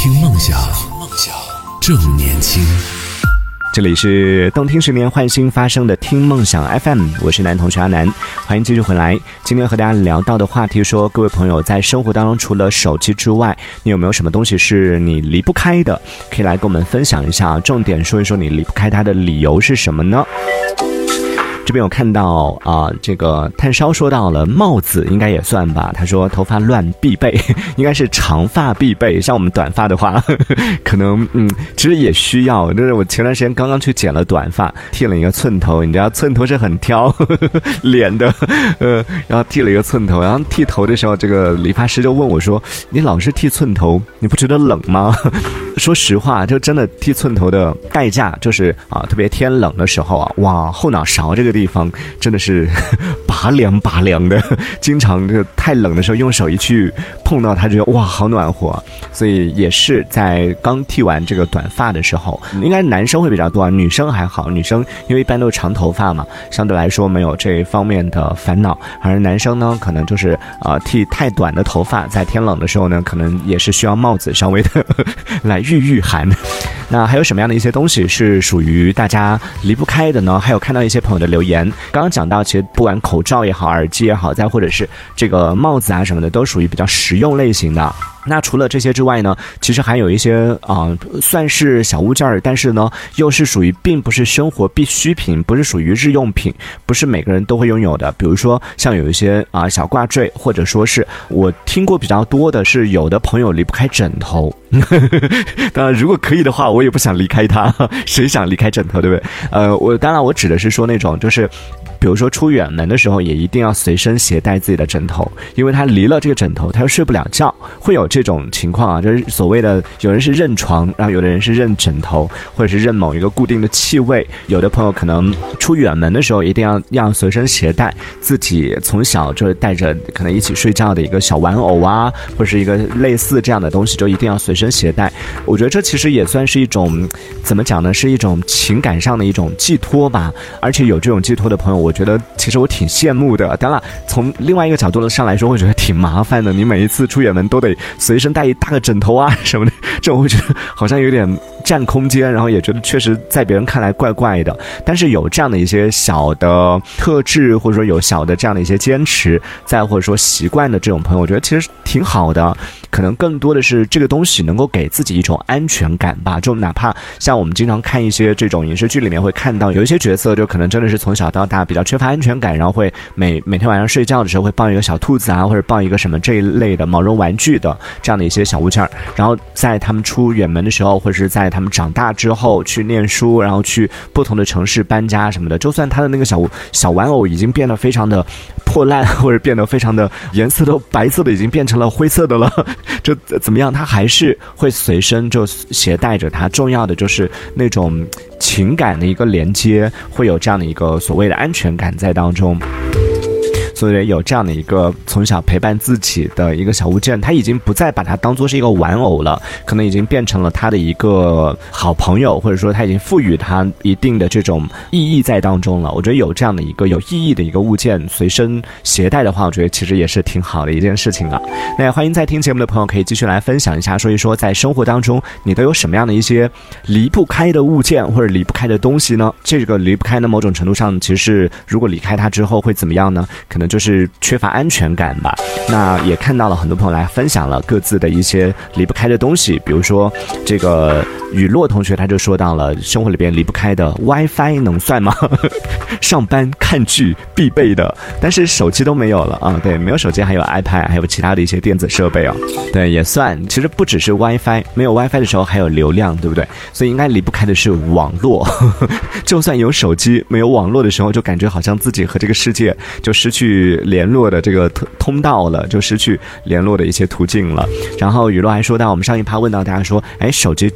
听梦想，正年轻。 这里是动听10年换新发生的听梦想 FM， 我是男同学阿南，欢迎继续回来。今天和大家聊到的话题说，各位朋友在生活当中除了手机之外，你有没有什么东西是你离不开的？可以来跟我们分享一下，重点说一说你离不开它的理由是什么呢？这边有看到这个炭烧说到了帽子应该也算吧，他说头发乱必备，应该是长发必备，像我们短发的话可能其实也需要，就是我前段时间刚刚去剪了短发，剃了一个寸头，你知道寸头是很挑脸的然后剃了一个寸头，然后剃头的时候这个理发师就问我说，你老是剃寸头你不觉得冷吗？说实话，就真的剃寸头的代价就是特别天冷的时候哇，后脑勺这个地方真的是拔凉的，经常就太冷的时候用手一去碰到它，觉得哇好暖和。所以也是在刚剃完这个短发的时候，应该男生会比较多女生还好，女生因为一般都是长头发嘛，相对来说没有这方面的烦恼，而男生呢可能就是剃太短的头发，在天冷的时候呢可能也是需要帽子稍微的来御寒。那还有什么样的一些东西是属于大家离不开的呢？还有看到一些朋友的留言，刚刚讲到其实不管口罩也好，耳机也好，再或者是这个帽子什么的，都属于比较实用类型的。那除了这些之外呢，其实还有一些算是小物件儿，但是呢又是属于并不是生活必需品，不是属于日用品，不是每个人都会拥有的。比如说像有一些小挂坠，或者说是我听过比较多的是有的朋友离不开枕头当然如果可以的话我也不想离开它，谁想离开枕头对不对？当然我指的是说那种就是比如说出远门的时候也一定要随身携带自己的枕头，因为他离了这个枕头他又睡不了觉，会有这种情况就是所谓的有人是认床，然后有的人是认枕头，或者是认某一个固定的气味。有的朋友可能出远门的时候一定要随身携带自己从小就是带着可能一起睡觉的一个小玩偶或者是一个类似这样的东西，就一定要随身携带。我觉得这其实也算是一种怎么讲呢，是一种情感上的一种寄托吧。而且有这种寄托的朋友，我觉得其实我挺羡慕的。当然从另外一个角度上来说，我觉得挺麻烦的，你每一次出远门都得随身带一大个枕头什么的，这种我觉得好像有点占空间，然后也觉得确实在别人看来怪怪的。但是有这样的一些小的特质，或者说有小的这样的一些坚持，再或者说习惯的这种朋友，我觉得其实挺好的。可能更多的是这个东西能够给自己一种安全感吧，就哪怕像我们经常看一些这种影视剧里面会看到有一些角色就可能真的是从小到大比较缺乏安全感，然后会每天晚上睡觉的时候会抱一个小兔子或者抱一个什么这一类的毛绒玩具的这样的一些小物件，然后在他们出远门的时候，或者是在他们长大之后去念书，然后去不同的城市搬家什么的，就算他的那个小玩偶已经变得非常的破烂，或者变得非常的颜色都白色的已经变成了灰色的了，就怎么样他还是会随身就携带着它。重要的就是那种情感的一个连接，会有这样的一个所谓的安全感在当中。所以有这样的一个从小陪伴自己的一个小物件，他已经不再把它当作是一个玩偶了，可能已经变成了他的一个好朋友，或者说他已经赋予他一定的这种意义在当中了。我觉得有这样的一个有意义的一个物件随身携带的话，我觉得其实也是挺好的一件事情啊。那也欢迎在听节目的朋友可以继续来分享一下，说一说在生活当中你都有什么样的一些离不开的物件或者离不开的东西呢？这个离不开呢，某种程度上其实是如果离开它之后会怎么样呢？可能就是缺乏安全感吧。那也看到了很多朋友来分享了各自的一些离不开的东西，比如说这个雨落同学他就说到了生活里边离不开的 WiFi 能算吗？上班看剧必备的，但是手机都没有了对，没有手机还有 iPad 还有其他的一些电子设备对，也算。其实不只是 WiFi， 没有 WiFi 的时候还有流量，对不对？所以应该离不开的是网络就算有手机没有网络的时候，就感觉好像自己和这个世界就失去联络的这个通道了，就失去联络的一些途径了。然后雨落还说到，我们上一趴问到大家说手机丢了之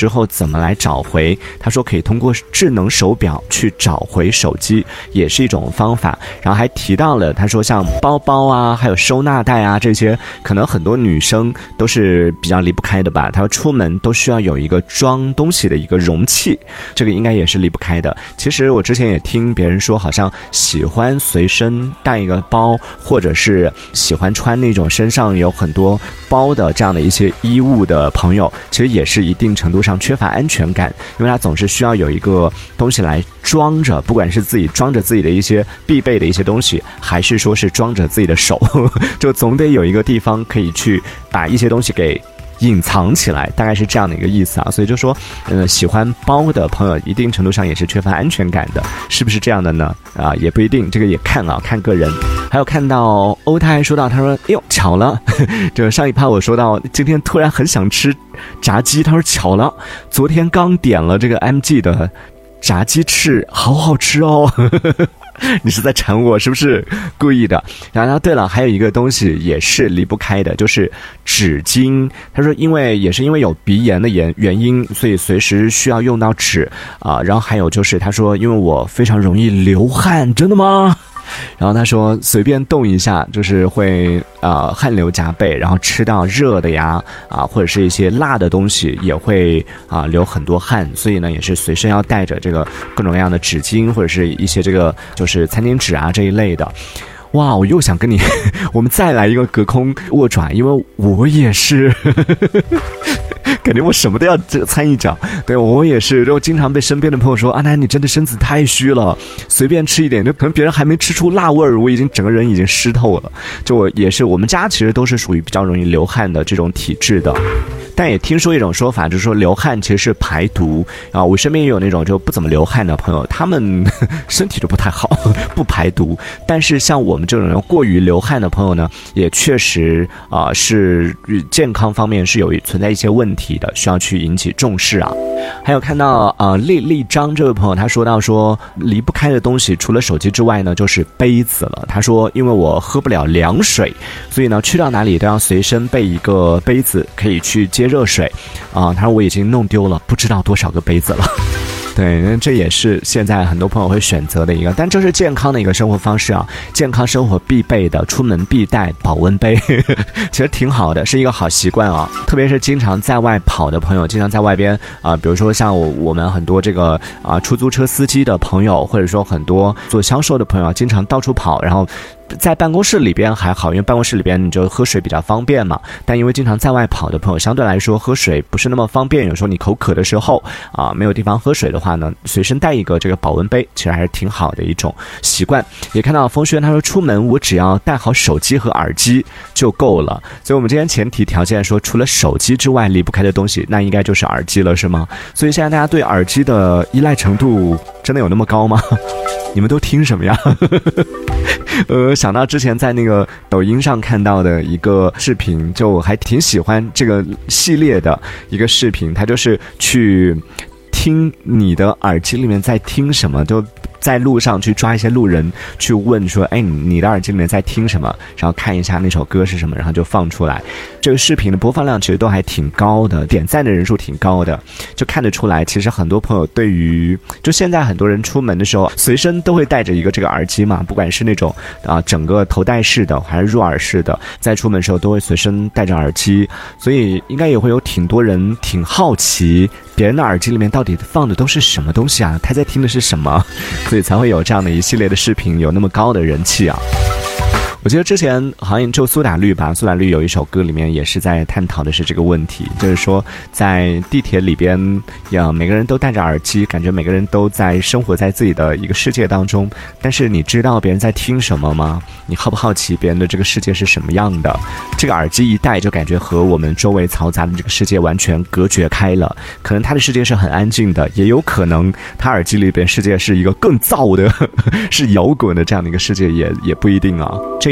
之后怎么来找回，他说可以通过智能手表去找回手机，也是一种方法。然后还提到了，他说像包包啊，还有收纳袋啊，这些可能很多女生都是比较离不开的吧。他说出门都需要有一个装东西的一个容器，这个应该也是离不开的。其实我之前也听别人说，好像喜欢随身带一个包，或者是喜欢穿那种身上有很多包的这样的一些衣物的朋友，其实也是一定程度上缺乏安全感，因为他总是需要有一个东西来装着，不管是自己装着自己的一些必备的一些东西，还是说是装着自己的手，就总得有一个地方可以去把一些东西给隐藏起来，大概是这样的一个意思啊。所以就说喜欢包的朋友一定程度上也是缺乏安全感的，是不是这样的呢？也不一定，这个也看个人。还有看到欧泰说到，他说哎呦巧了，这上一趴我说到今天突然很想吃炸鸡，他说巧了，昨天刚点了这个 MG 的炸鸡翅，好好吃哦。你是在馋我是不是故意的？然后对了，还有一个东西也是离不开的，就是纸巾。他说因为有鼻炎的原因，所以随时需要用到纸啊。然后还有就是他说因为我非常容易流汗，真的吗？然后他说随便动一下就是会汗流浃背，然后吃到热的呀或者是一些辣的东西也会流很多汗，所以呢也是随身要带着这个各种各样的纸巾，或者是一些这个就是餐巾纸啊这一类的。哇，我又想跟你我们再来一个隔空握爪，因为我也是感觉我什么都要参一脚。对，我也是，然后经常被身边的朋友说，阿南你真的身子太虚了，随便吃一点，就可能别人还没吃出辣味儿，我已经整个人已经湿透了。就我也是，我们家其实都是属于比较容易流汗的这种体质的。但也听说一种说法，就是说流汗其实是排毒啊。我身边也有那种就不怎么流汗的朋友，他们身体就不太好，不排毒。但是像我们这种人过于流汗的朋友呢，也确实是健康方面是存在一些问题的，需要去引起重视啊。还有看到丽张这位朋友，他说到说离不开的东西除了手机之外呢，就是杯子了。他说因为我喝不了凉水，所以呢去到哪里都要随身备一个杯子，可以去接热水他说我已经弄丢了不知道多少个杯子了。对，这也是现在很多朋友会选择的一个，但这是健康的一个生活方式啊，健康生活必备的，出门必带保温杯其实挺好的，是一个好习惯啊。特别是经常在外跑的朋友，经常在外边比如说像我们很多这个出租车司机的朋友，或者说很多做销售的朋友，经常到处跑，然后在办公室里边还好，因为办公室里边你就喝水比较方便嘛。但因为经常在外跑的朋友，相对来说喝水不是那么方便，有时候你口渴的时候没有地方喝水的话呢，随身带一个这个保温杯，其实还是挺好的一种习惯。也看到风轩他说出门我只要带好手机和耳机就够了，所以我们今天前提条件说除了手机之外离不开的东西，那应该就是耳机了是吗？所以现在大家对耳机的依赖程度真的有那么高吗？你们都听什么呀？想到之前在那个抖音上看到的一个视频，就我还挺喜欢这个系列的一个视频，它就是去听你的耳机里面在听什么，就在路上去抓一些路人去问说，哎，你的耳机里面在听什么，然后看一下那首歌是什么，然后就放出来。这个视频的播放量其实都还挺高的，点赞的人数挺高的，就看得出来其实很多朋友对于就现在很多人出门的时候随身都会带着一个这个耳机嘛，不管是那种整个头戴式的还是入耳式的，在出门的时候都会随身带着耳机，所以应该也会有挺多人挺好奇别人的耳机里面到底放的都是什么东西啊，他在听的是什么，所以才会有这样的一系列的视频有那么高的人气啊。我记得之前好像就苏打绿吧，苏打绿有一首歌里面也是在探讨的是这个问题，就是说在地铁里边每个人都戴着耳机，感觉每个人都在生活在自己的一个世界当中，但是你知道别人在听什么吗？你好不好奇别人的这个世界是什么样的？这个耳机一戴就感觉和我们周围嘈杂的这个世界完全隔绝开了，可能他的世界是很安静的，也有可能他耳机里边世界是一个更燥的是摇滚的这样的一个世界，也不一定啊。这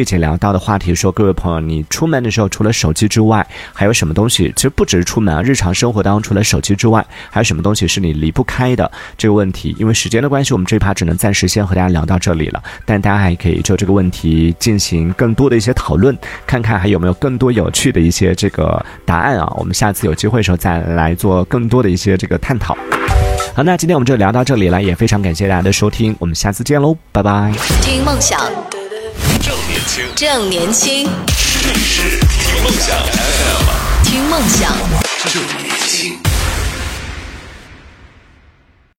一节聊到的话题说，各位朋友，你出门的时候除了手机之外，还有什么东西？其实不只是出门啊，日常生活当中除了手机之外，还有什么东西是你离不开的？这个问题，因为时间的关系，我们这一趴只能暂时先和大家聊到这里了。但大家还可以就这个问题进行更多的一些讨论，看看还有没有更多有趣的一些这个答案啊。我们下次有机会的时候再来做更多的一些这个探讨。好，那今天我们就聊到这里了，也非常感谢大家的收听，我们下次见喽，拜拜。 听梦想， 正年轻， 正年轻， 这里是听梦想 FM， 听梦想。 正年轻。